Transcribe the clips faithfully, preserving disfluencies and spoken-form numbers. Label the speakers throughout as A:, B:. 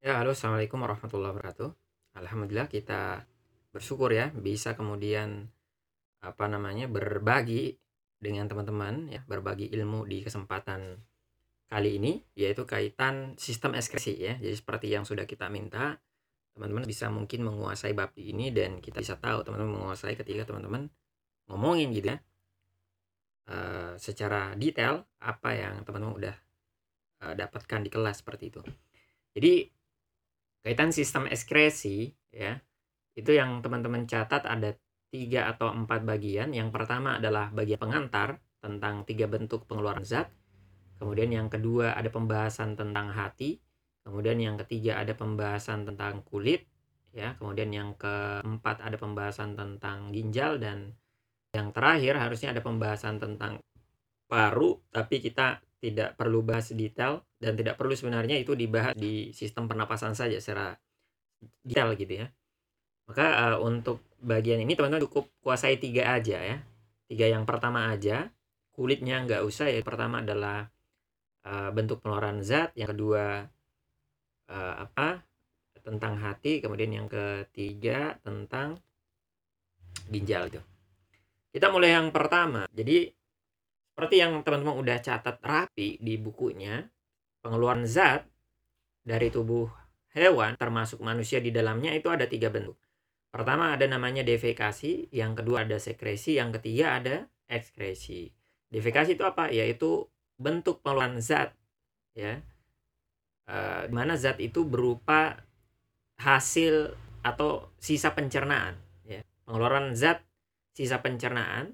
A: Ya, halo, assalamualaikum warahmatullahi wabarakatuh. Alhamdulillah kita bersyukur ya bisa kemudian apa namanya berbagi dengan teman-teman ya, berbagi ilmu di kesempatan kali ini yaitu kaitan sistem ekskresi ya. Jadi seperti yang sudah kita minta, teman-teman bisa mungkin menguasai bab ini dan kita bisa tahu teman-teman menguasai ketika teman-teman ngomongin gitu ya. eh, secara detail apa yang teman-teman udah eh, dapatkan di kelas seperti itu. Jadi kaitan sistem ekskresi ya, itu yang teman-teman catat ada tiga atau empat bagian. Yang pertama adalah bagian pengantar tentang tiga bentuk pengeluaran zat. Kemudian yang kedua ada pembahasan tentang hati. Kemudian yang ketiga ada pembahasan tentang kulit ya. Kemudian yang keempat ada pembahasan tentang ginjal, dan yang terakhir harusnya ada pembahasan tentang paru, tapi kita tidak perlu bahas detail dan tidak perlu sebenarnya itu dibahas di sistem pernapasan saja secara detail gitu ya. Maka uh, untuk bagian ini teman-teman cukup kuasai tiga aja ya. Tiga yang pertama aja, kulitnya nggak usah ya. Pertama adalah uh, bentuk pengeluaran zat, yang kedua uh, apa tentang hati, kemudian yang ketiga tentang ginjal itu. Kita mulai yang pertama. Jadi seperti yang teman-teman udah catat rapi di bukunya, pengeluaran zat dari tubuh hewan termasuk manusia di dalamnya itu ada tiga bentuk. Pertama ada namanya defekasi, yang kedua ada sekresi, yang ketiga ada ekskresi. Defekasi itu apa? Yaitu bentuk pengeluaran zat ya. E, dimana zat itu berupa hasil atau sisa pencernaan ya. Pengeluaran zat sisa pencernaan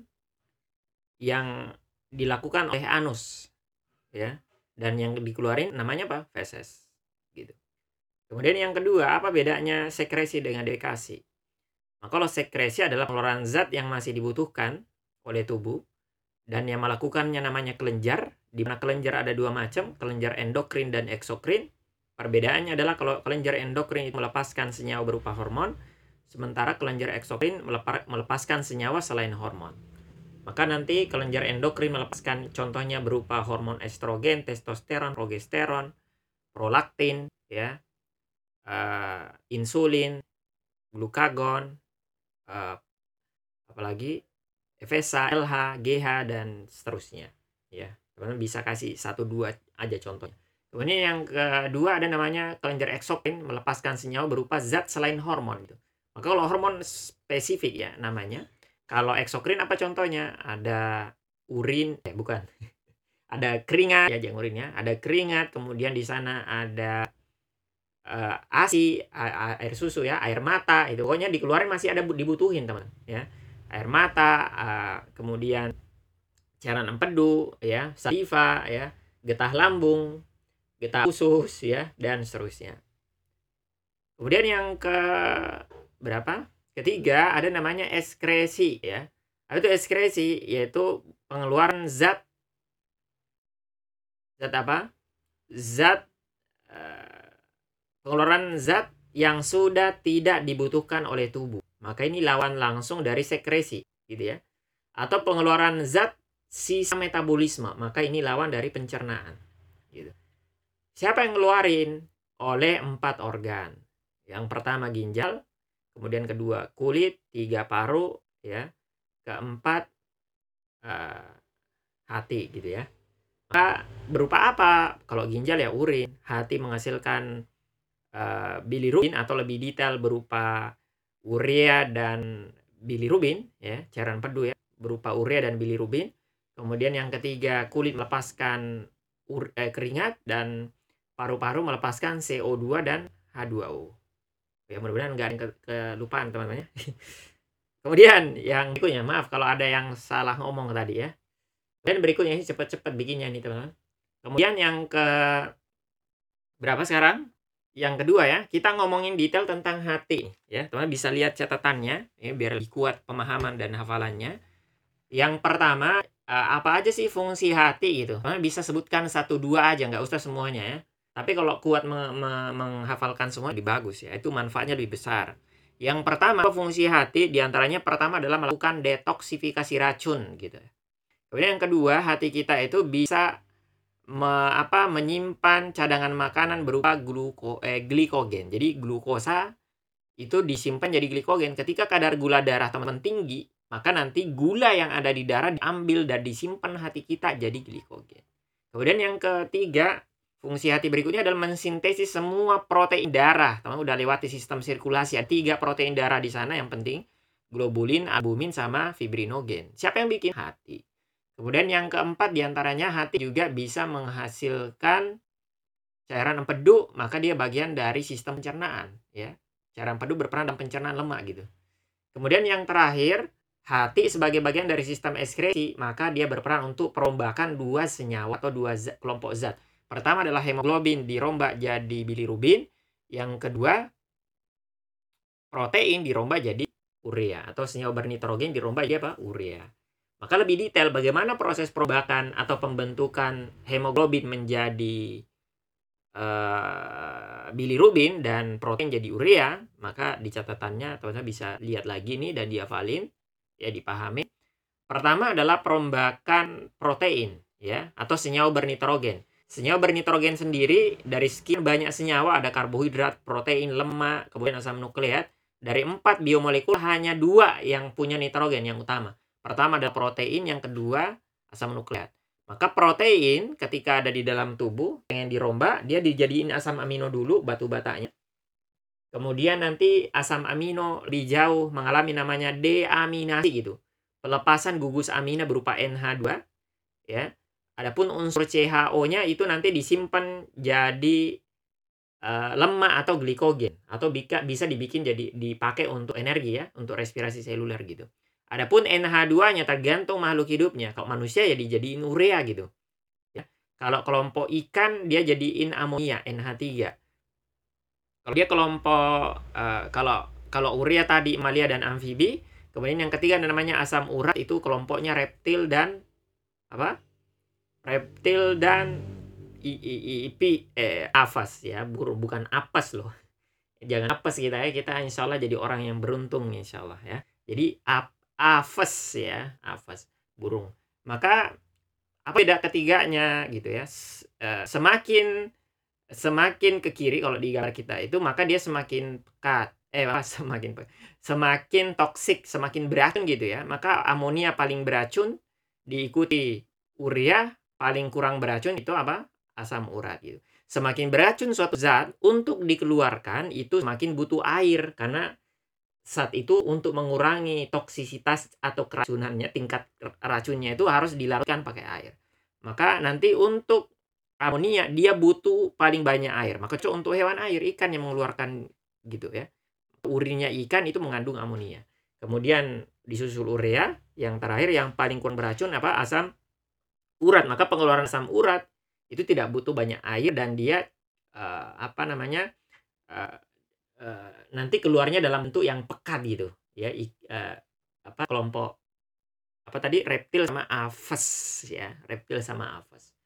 A: yang dilakukan oleh anus ya, dan yang dikeluarin namanya apa? Feses gitu. Kemudian yang kedua, apa bedanya sekresi dengan defekasi? Nah, kalau sekresi adalah pengeluaran zat yang masih dibutuhkan oleh tubuh dan yang melakukannya namanya kelenjar, di mana kelenjar ada dua macam, kelenjar endokrin dan eksokrin. Perbedaannya adalah kalau kelenjar endokrin itu melepaskan senyawa berupa hormon, sementara kelenjar eksokrin melepaskan senyawa selain hormon. Maka nanti kelenjar endokrin melepaskan contohnya berupa hormon estrogen, testosteron, progesteron, prolaktin, ya, uh, insulin, glukagon, uh, apalagi F S H, L H, G H, dan seterusnya. Ya, teman-teman bisa kasih satu dua aja contohnya. Kemudian yang kedua ada namanya kelenjar eksokrin melepaskan senyawa berupa zat selain hormon. Gitu. Maka kalau hormon spesifik ya namanya. Kalau eksokrin apa contohnya? Ada urin, eh bukan. Ada keringat ya, jangan urin ya. Ada keringat, kemudian di sana ada uh, A S I, air susu ya, air mata, itu pokoknya dikeluarin masih ada dibutuhin teman ya. Air mata, uh, kemudian cairan empedu ya, saliva ya, getah lambung, getah usus ya, dan seterusnya. Kemudian yang ke berapa? Ketiga ada namanya ekskresi ya. Apa itu ekskresi? Yaitu pengeluaran zat zat apa? Zat uh, pengeluaran zat yang sudah tidak dibutuhkan oleh tubuh. Maka ini lawan langsung dari sekresi, gitu ya. Atau pengeluaran zat sisa metabolisme, maka ini lawan dari pencernaan, gitu. Siapa yang ngeluarin? Oleh empat organ. Yang pertama ginjal, kemudian kedua kulit, tiga paru, ya, keempat uh, hati, gitu ya. Maka berupa apa? Kalau ginjal ya urin, hati menghasilkan uh, bilirubin atau lebih detail berupa urea dan bilirubin, ya, cairan empedu ya, berupa urea dan bilirubin. Kemudian yang ketiga kulit melepaskan ur, eh, keringat, dan paru-paru melepaskan C O dua dan H dua O. Ya mudah-mudahan nggak ada yang ke- kelupaan teman-teman ya. Kemudian yang berikutnya, maaf kalau ada yang salah ngomong tadi ya. Dan berikutnya ini cepat-cepat bikinnya nih teman-teman. Kemudian yang ke berapa sekarang? Yang kedua ya, kita ngomongin detail tentang hati ya. Teman-teman bisa lihat catatannya ya biar lebih kuat pemahaman dan hafalannya. Yang pertama, apa aja sih fungsi hati gitu. Teman-teman bisa sebutkan satu dua aja, nggak usah semuanya ya. Tapi kalau kuat me- me- menghafalkan semua lebih bagus ya. Itu manfaatnya lebih besar. Yang pertama, fungsi hati diantaranya pertama adalah melakukan detoksifikasi racun gitu. Kemudian yang kedua, hati kita itu bisa me, apa, menyimpan cadangan makanan berupa gluko, eh, glikogen. Jadi glukosa itu disimpan jadi glikogen. Ketika kadar gula darah teman-teman tinggi, maka nanti gula yang ada di darah diambil dan disimpan hati kita jadi glikogen. Kemudian yang ketiga, fungsi hati berikutnya adalah mensintesis semua protein darah. Teman udah lewati sistem sirkulasi. Ada tiga protein darah di sana yang penting. Globulin, albumin, sama fibrinogen. Siapa yang bikin? Hati. Kemudian yang keempat diantaranya hati juga bisa menghasilkan cairan empedu. Maka dia bagian dari sistem pencernaan. Ya. Cairan empedu berperan dalam pencernaan lemak gitu. Kemudian yang terakhir, hati sebagai bagian dari sistem ekskresi, maka dia berperan untuk perombakan dua senyawa atau dua zat, kelompok zat. Pertama adalah hemoglobin dirombak jadi bilirubin. Yang kedua, protein dirombak jadi urea. Atau senyawa bernitrogen dirombak jadi apa? Urea. Maka lebih detail bagaimana proses perombakan atau pembentukan hemoglobin menjadi uh, bilirubin dan protein jadi urea, maka di catatannya teman-teman bisa lihat lagi nih dan dihafalin, ya dipahami. Pertama adalah perombakan protein, ya, atau senyawa bernitrogen. Senyawa bernitrogen sendiri dari sekian banyak senyawa, ada karbohidrat, protein, lemak, kemudian asam nukleat. Dari empat biomolekul hanya dua yang punya nitrogen yang utama. Pertama adalah protein, yang kedua asam nukleat. Maka protein ketika ada di dalam tubuh pengen dirombak, dia dijadiin asam amino dulu batu batanya. Kemudian nanti asam amino lebih jauh mengalami namanya deaminasi gitu. Pelepasan gugus amina berupa N H dua, ya. Adapun unsur C H O-nya itu nanti disimpan jadi uh, lemak atau glikogen, atau bisa bisa dibikin jadi dipakai untuk energi, ya, untuk respirasi seluler gitu. Adapun N H dua-nya tergantung makhluk hidupnya. Kalau manusia ya dijadiin urea gitu. Ya. Kalau kelompok ikan dia jadiin amonia N H tiga. Kalau dia kelompok uh, kalau kalau urea tadi mamalia dan amfibi. Kemudian yang ketiga namanya asam urat, itu kelompoknya reptil dan apa? Reptil dan i, i, i, i, eh, afas, ya, burung, bukan apas loh. Jangan apes kita ya, kita insya Allah jadi orang yang beruntung insya Allah ya. Jadi ap, afas ya, afas, burung. Maka apa beda ketiganya gitu ya? Semakin semakin ke kiri kalau di gambar kita itu, maka dia semakin pekat. Eh, semakin semakin toksik, semakin beracun gitu ya. Maka amonia paling beracun, diikuti urea, paling kurang beracun itu apa? Asam urat gitu. Semakin beracun suatu zat, untuk dikeluarkan itu semakin butuh air, karena zat itu untuk mengurangi toksisitas atau keracunannya, tingkat racunnya itu harus dilarutkan pakai air. Maka nanti untuk amonia dia butuh paling banyak air. Maka untuk hewan air, ikan yang mengeluarkan gitu ya. Urinnya ikan itu mengandung amonia. Kemudian disusul urea, yang terakhir yang paling kurang beracun apa? Asam urat. Maka pengeluaran asam urat itu tidak butuh banyak air dan dia uh, apa namanya? Uh, uh, nanti keluarnya dalam bentuk yang pekat gitu, ya. Uh, apa kelompok apa tadi? Reptil sama aves, ya. Reptil sama aves.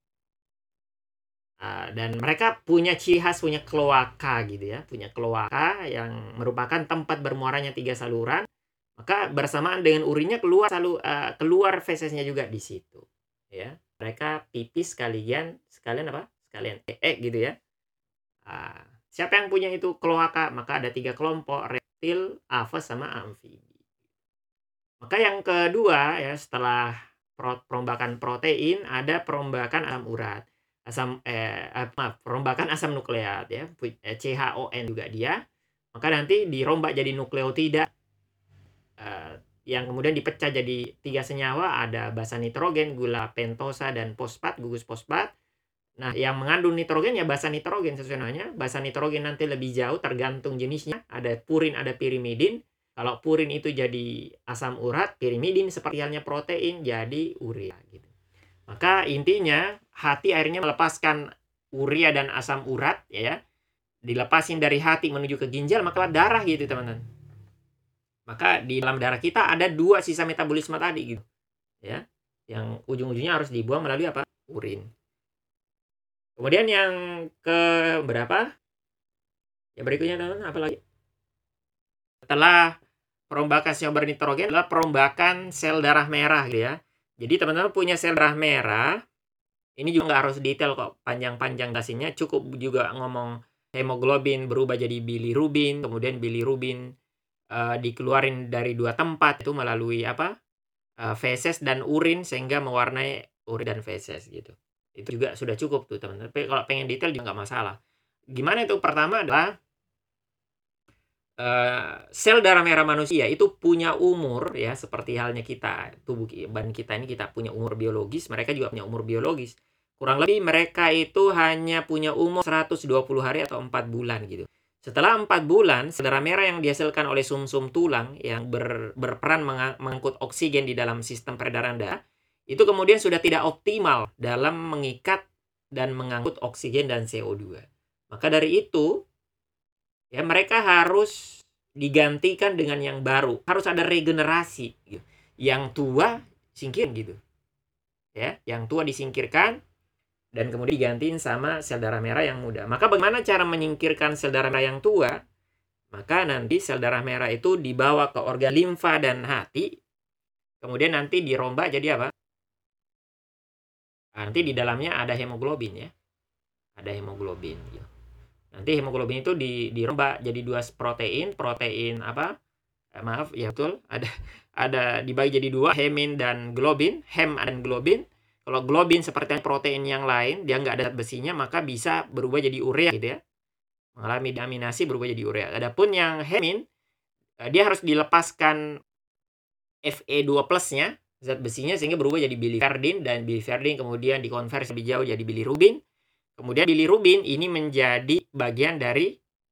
A: Uh, dan mereka punya ciri khas, punya kloaka gitu ya, punya kloaka yang merupakan tempat bermuaranya tiga saluran. Maka bersamaan dengan urinnya keluar salu, uh, keluar fesesnya juga di situ, ya. Mereka pipis sekalian sekalian apa? Sekalian ee gitu ya. Uh, siapa yang punya itu kloaka? Maka ada tiga kelompok, reptil, aves, sama amfibi. Maka yang kedua ya, setelah perombakan protein ada perombakan asam urat. Asam eh maaf, perombakan asam nukleat ya, C H O N juga dia. Maka nanti dirombak jadi nukleotida uh, yang kemudian dipecah jadi tiga senyawa, ada basa nitrogen, gula pentosa, dan fosfat, gugus fosfat. Nah, yang mengandung nitrogen ya basa nitrogen sesuai namanya. Basa nitrogen nanti lebih jauh tergantung jenisnya. Ada purin, ada pirimidin. Kalau purin itu jadi asam urat, pirimidin seperti halnya protein jadi urea gitu. Maka intinya hati akhirnya melepaskan urea dan asam urat ya. Dilepasin dari hati menuju ke ginjal, maka darah gitu teman-teman. Maka di dalam darah kita ada dua sisa metabolisme tadi gitu. Ya. Yang ujung-ujungnya harus dibuang melalui apa? Urin. Kemudian yang ke berapa? Ya berikutnya teman-teman, apa lagi? Setelah perombakan senyawa bernitrogen adalah perombakan sel darah merah gitu ya. Jadi teman-teman punya sel darah merah Ini juga nggak harus detail kok, panjang-panjang dasinya, cukup juga ngomong hemoglobin berubah jadi bilirubin, kemudian bilirubin uh, dikeluarin dari dua tempat, itu melalui apa? Uh, feses dan urin sehingga mewarnai urin dan feses gitu. Itu juga sudah cukup tuh teman-teman. Tapi kalau pengen detail juga nggak masalah. Gimana itu? Pertama adalah uh, sel darah merah manusia itu punya umur ya, seperti halnya kita, tubuh badan kita ini kita punya umur biologis, mereka juga punya umur biologis. Kurang lebih mereka itu hanya punya umur seratus dua puluh hari atau empat bulan gitu. Setelah empat bulan, sel darah merah yang dihasilkan oleh sumsum tulang yang ber, berperan mengangkut oksigen di dalam sistem peredaran darah, itu kemudian sudah tidak optimal dalam mengikat dan mengangkut oksigen dan C O dua. Maka dari itu, ya mereka harus digantikan dengan yang baru. Harus ada regenerasi. Gitu. Yang tua singkir gitu. Ya, yang tua disingkirkan dan kemudian digantiin sama sel darah merah yang muda. Maka bagaimana cara menyingkirkan sel darah merah yang tua? Maka nanti sel darah merah itu dibawa ke organ limfa dan hati. Kemudian nanti dirombak jadi apa? Nanti di dalamnya ada hemoglobin ya. Ada hemoglobin gitu. Nanti hemoglobin itu di dirombak jadi dua protein, protein apa? Eh, maaf, ya betul. Ada ada dibagi jadi dua, hemin dan globin, hem dan globin. Kalau globin seperti protein yang lain, dia nggak ada besinya, maka bisa berubah jadi urea gitu ya. Mengalami deaminasi berubah jadi urea. Adapun yang hemin, dia harus dilepaskan F E dua plus-nya, zat besinya, sehingga berubah jadi biliverdin, dan biliverdin kemudian dikonversi lebih jauh jadi bilirubin. Kemudian bilirubin ini menjadi bagian dari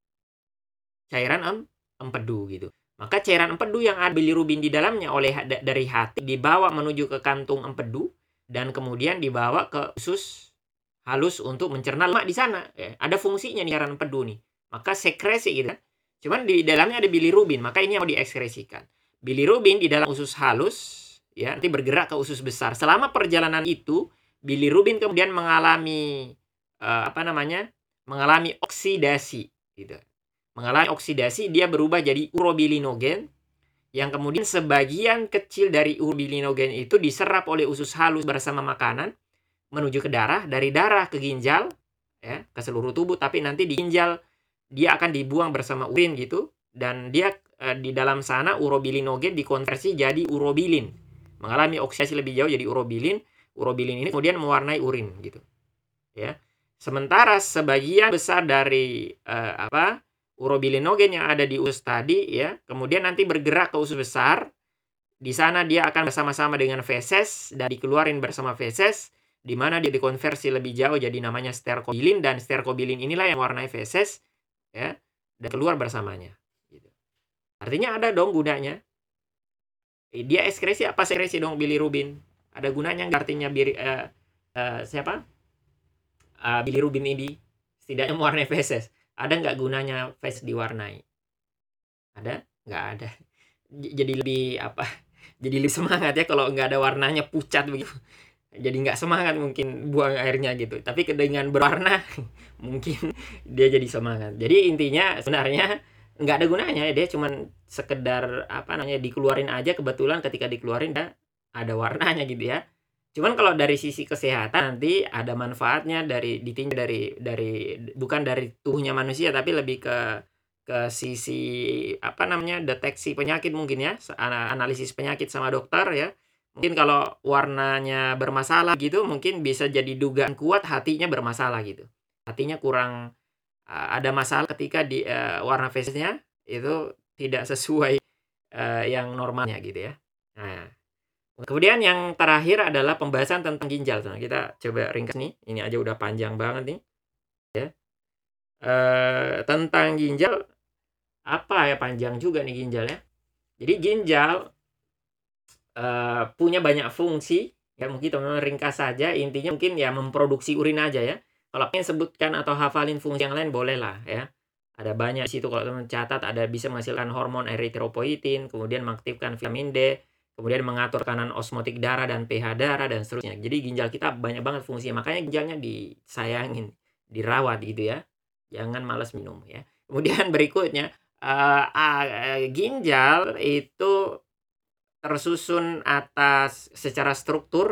A: cairan empedu gitu. Maka cairan empedu yang ada bilirubin di dalamnya oleh dari hati dibawa menuju ke kantung empedu dan kemudian dibawa ke usus halus untuk mencerna lemak di sana. Ya, ada fungsinya nih cairan empedu nih. Maka sekresi gitu kan. Cuman di dalamnya ada bilirubin, maka ini yang mau diekskresikan. Bilirubin di dalam usus halus ya nanti bergerak ke usus besar. Selama perjalanan itu bilirubin kemudian mengalami uh, apa namanya? mengalami oksidasi gitu. Mengalami oksidasi, dia berubah jadi urobilinogen yang kemudian sebagian kecil dari urobilinogen itu diserap oleh usus halus bersama makanan menuju ke darah, dari darah ke ginjal ya, ke seluruh tubuh, tapi nanti di ginjal dia akan dibuang bersama urin gitu, dan dia eh, di dalam sana urobilinogen dikonversi jadi urobilin. Mengalami oksidasi lebih jauh jadi urobilin. Urobilin ini kemudian mewarnai urin gitu. Ya. Sementara sebagian besar dari eh, apa? urobilinogen yang ada di usus tadi ya, kemudian nanti bergerak ke usus besar. Di sana dia akan bersama-sama dengan feses dan dikeluarin bersama feses, di mana dia dikonversi lebih jauh jadi namanya sterkobilin, dan sterkobilin inilah yang warnai feses ya, dan keluar bersamanya. Gitu. Artinya ada dong gunanya. Dia ekskresi apa sekresi dong bilirubin? Ada gunanya nggak artinya bir, uh, uh, siapa? Uh, bilirubin ini setidaknya mewarnai feses. Ada nggak gunanya feses diwarnai? Ada? Nggak ada. Jadi lebih apa? Jadi lebih semangat ya kalau nggak ada warnanya pucat begitu. Jadi nggak semangat mungkin buang airnya gitu. Tapi dengan berwarna mungkin dia jadi semangat. Jadi intinya sebenarnya nggak ada gunanya. Dia cuman sekedar apa namanya dikeluarin aja, kebetulan ketika dikeluarin dah ada warnanya gitu ya. Cuman kalau dari sisi kesehatan nanti ada manfaatnya dari ditinjau dari dari bukan dari tubuhnya manusia tapi lebih ke ke sisi apa namanya deteksi penyakit mungkin ya, analisis penyakit sama dokter ya. Mungkin kalau warnanya bermasalah gitu mungkin bisa jadi dugaan kuat hatinya bermasalah gitu. Hatinya kurang uh, ada masalah ketika di uh, warna fesesnya itu tidak sesuai uh, yang normalnya gitu ya. Nah, kemudian yang terakhir adalah pembahasan tentang ginjal. Nah, kita coba ringkas nih. Ini aja udah panjang banget nih. Ya. Uh, tentang ginjal apa ya, panjang juga nih ginjal ya. Jadi ginjal uh, punya banyak fungsi. Ya mungkin teman-teman ringkas saja. Intinya mungkin ya memproduksi urin aja ya. Kalau pengen sebutkan atau hafalin fungsi yang lain boleh lah ya. Ada banyak di situ kalau teman catat, ada bisa menghasilkan hormon eritropoietin, kemudian mengaktifkan vitamin D, kemudian mengatur tekanan osmotik darah dan pH darah dan seterusnya. Jadi ginjal kita banyak banget fungsinya. Makanya ginjalnya disayangin, dirawat gitu ya. Jangan malas minum ya. Kemudian berikutnya uh, uh, ginjal itu tersusun atas secara struktur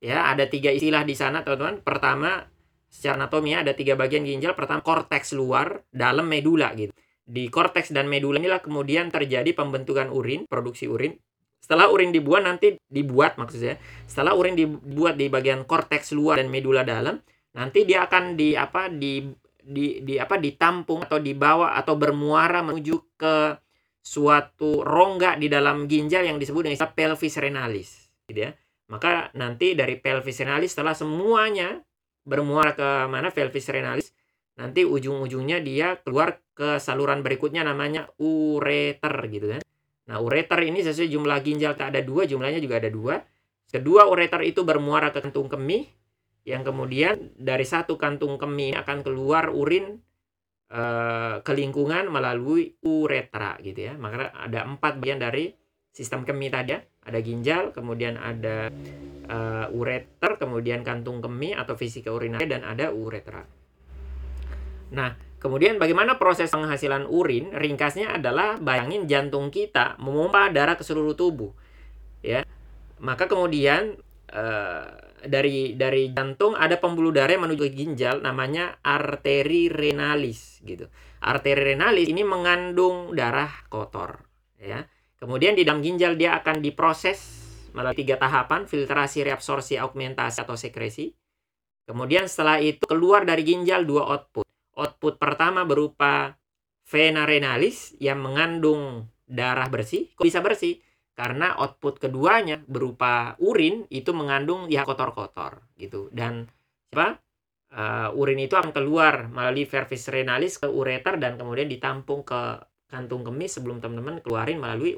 A: Ya, ada tiga istilah di sana, teman-teman. Pertama, secara anatomi ada tiga bagian ginjal. Pertama, korteks luar, dalam medula gitu. Di korteks dan medula inilah kemudian terjadi pembentukan urin, produksi urin. Setelah urin dibuat nanti dibuat maksudnya, setelah urin dibuat di bagian korteks luar dan medula dalam, nanti dia akan di apa di di, di apa ditampung atau dibawa atau bermuara menuju ke suatu rongga di dalam ginjal yang disebut dengan pelvis renalis, gitu ya. Maka nanti dari pelvis renalis setelah semuanya bermuara ke mana pelvis renalis, nanti ujung-ujungnya dia keluar ke saluran berikutnya namanya ureter gitu kan. Nah, ureter ini sesuai jumlah ginjal ada dua, jumlahnya juga ada dua. Kedua ureter itu bermuara ke kantung kemih, yang kemudian dari satu kantung kemih akan keluar urin eh, ke lingkungan melalui uretra gitu ya. Maka ada empat bagian dari sistem kemih tadi ya. Ada ginjal, kemudian ada uh, ureter, kemudian kantung kemih atau vesika urinaria, dan ada uretra. Nah, kemudian bagaimana proses penghasilan urin? Ringkasnya adalah bayangin jantung kita memompa darah ke seluruh tubuh, ya. Maka kemudian uh, dari dari jantung ada pembuluh darah yang menuju ke ginjal namanya arteri renalis gitu. Arteri renalis ini mengandung darah kotor, ya. Kemudian di dalam ginjal dia akan diproses melalui tiga tahapan, filtrasi, reabsorpsi, augmentasi atau sekresi. Kemudian setelah itu keluar dari ginjal dua output. Output pertama berupa vena renalis yang mengandung darah bersih. Kok bisa bersih? Karena output keduanya berupa urin itu mengandung ya kotor-kotor gitu. Dan apa? Uh, urin itu akan keluar melalui pelvis renalis ke ureter dan kemudian ditampung ke kantung kemih sebelum teman-teman keluarin melalui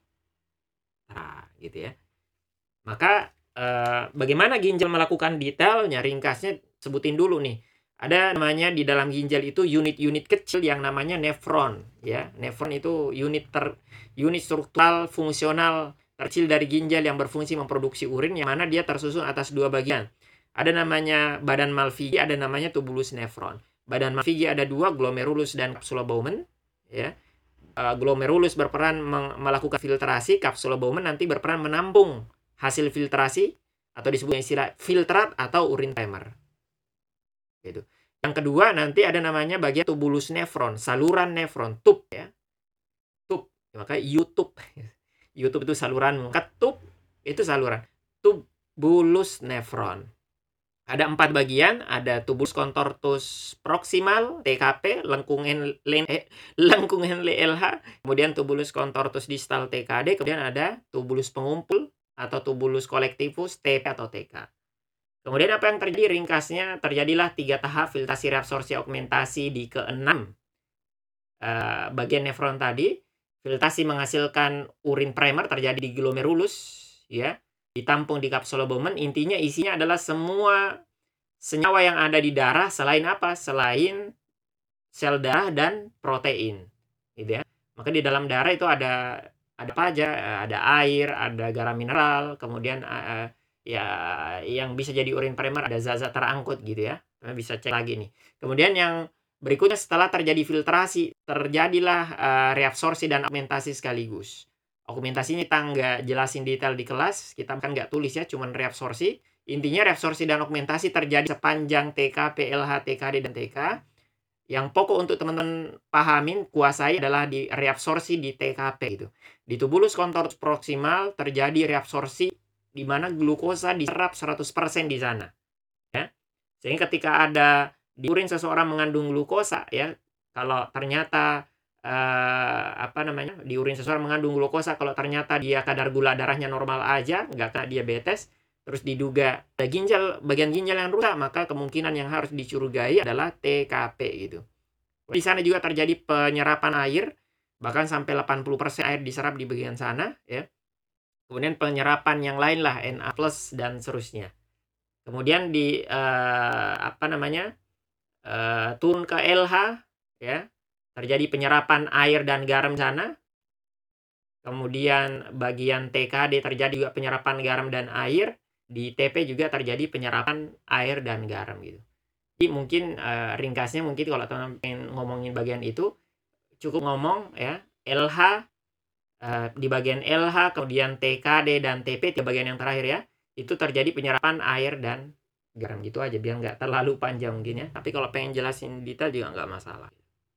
A: uretra gitu ya. Maka eh, bagaimana ginjal melakukan detailnya? Ringkasnya sebutin dulu nih. Ada namanya di dalam ginjal itu unit-unit kecil yang namanya nefron ya. Nefron itu unit ter unit struktural fungsional terkecil dari ginjal yang berfungsi memproduksi urin, yang mana dia tersusun atas dua bagian. Ada namanya badan Malpighi, ada namanya tubulus nefron. Badan Malpighi ada dua, glomerulus dan capsula Bowman ya. Uh, glomerulus berperan melakukan filtrasi, capsula Bowman nanti berperan menampung hasil filtrasi atau disebut istilah filtrat atau urin primer. Gitu. Yang kedua nanti ada namanya bagian tubulus nefron, saluran nefron, tub ya. Tub, maka YouTube. YouTube itu saluran, maka tub itu saluran. Tubulus nefron. Ada empat bagian, ada tubulus contortus proximal, T K P, lengkung N, eh, lengkung N L H, kemudian tubulus contortus distal, T K D, kemudian ada tubulus pengumpul atau tubulus collectivus, T P atau T K. Kemudian apa yang terjadi? Ringkasnya terjadilah tiga tahap filtrasi, reabsorpsi, augmentasi di keenam uh, bagian nefron tadi. Filtrasi menghasilkan urin primer terjadi di glomerulus, ya. Ditampung di capsula Bowman. Intinya isinya adalah semua senyawa yang ada di darah selain apa? Selain sel darah dan protein, gitu ya. Maka di dalam darah itu ada ada apa aja? Ada air, ada garam mineral, kemudian uh, ya yang bisa jadi urin primer ada zat-zat terangkut gitu ya. Bisa cek lagi nih. Kemudian yang berikutnya setelah terjadi filtrasi, terjadilah uh, reabsorpsi dan augmentasi sekaligus. Augmentasinya kita nggak jelasin detail di kelas, kita kan nggak tulis ya, cuman reabsorpsi. Intinya reabsorpsi dan augmentasi terjadi sepanjang T K P, L H, T K D, dan T K. Yang pokok untuk teman-teman pahamin, kuasai adalah di reabsorpsi di T K P gitu. Di tubulus contortus proximal terjadi reabsorpsi di mana glukosa diserap seratus persen di sana. Ya. Sehingga ketika ada di urin seseorang mengandung glukosa ya, kalau ternyata Uh, apa namanya di urin seseorang mengandung glukosa, kalau ternyata dia kadar gula darahnya normal aja, nggak kena diabetes, terus diduga ada ginjal, bagian ginjal yang rusak, maka kemungkinan yang harus dicurigai adalah T K P gitu. Di sana juga terjadi penyerapan air, bahkan sampai delapan puluh persen air diserap di bagian sana ya. Kemudian penyerapan yang lain lah, Na plus dan seterusnya. Kemudian di uh, apa namanya uh, turun ke L H ya. Terjadi penyerapan air dan garam sana. Kemudian bagian T K D terjadi juga penyerapan garam dan air. Di T P juga terjadi penyerapan air dan garam gitu. Jadi mungkin uh, ringkasnya mungkin kalau teman-teman pengen ngomongin bagian itu, cukup ngomong ya L H uh, di bagian L H, kemudian T K D dan T P, di bagian yang terakhir ya. itu terjadi penyerapan air dan garam, gitu aja biar nggak terlalu panjang mungkin ya. Tapi kalau pengen jelasin detail juga nggak masalah.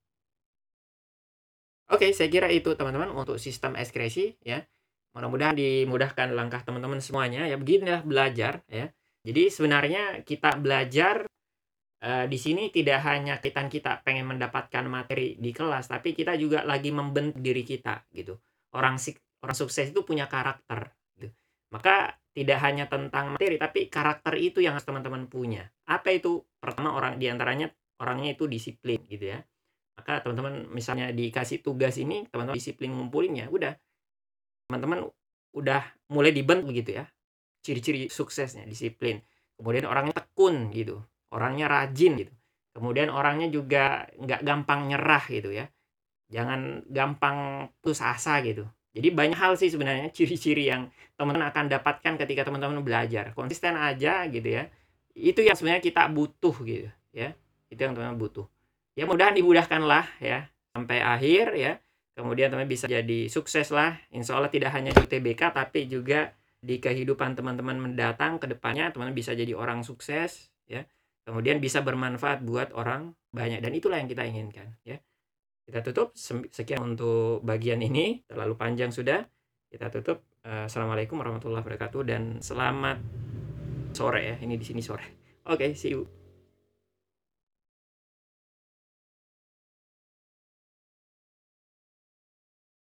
A: Oke, saya kira itu teman-teman untuk sistem ekskresi ya. Mudah-mudahan dimudahkan langkah teman-teman semuanya ya. Beginilah belajar ya. Jadi sebenarnya kita belajar eh, di sini tidak hanya kaitan kita pengen mendapatkan materi di kelas, tapi kita juga lagi membentuk diri kita gitu. Orang sik- orang sukses itu punya karakter gitu. Maka tidak hanya tentang materi, tapi karakter itu yang harus teman-teman punya. Apa itu? Pertama, orang diantaranya orangnya itu disiplin gitu ya. Maka teman-teman misalnya dikasih tugas ini, teman-teman disiplin ngumpulinnya, udah teman-teman udah mulai dibentuk gitu ya. Ciri-ciri suksesnya disiplin. Kemudian orangnya tekun gitu, orangnya rajin gitu. Kemudian orangnya juga nggak gampang nyerah gitu ya. Jangan gampang putus asa gitu. Jadi banyak hal sih sebenarnya ciri-ciri yang teman-teman akan dapatkan ketika teman-teman belajar. Konsisten aja gitu ya. Itu yang sebenarnya kita butuh gitu ya. Itu yang teman-teman butuh. Ya mudah-mudahan dimudahkanlah ya sampai akhir ya. Kemudian teman bisa jadi sukses lah. Insya Allah tidak hanya di U T B K tapi juga di kehidupan teman-teman mendatang ke depannya teman bisa jadi orang sukses ya. Kemudian bisa bermanfaat buat orang banyak dan itulah yang kita inginkan ya. Kita tutup. Sekian untuk bagian ini, terlalu panjang sudah. Kita tutup. Assalamualaikum warahmatullahi wabarakatuh dan selamat sore ya. Ini di sini sore. Oke, okay, see you.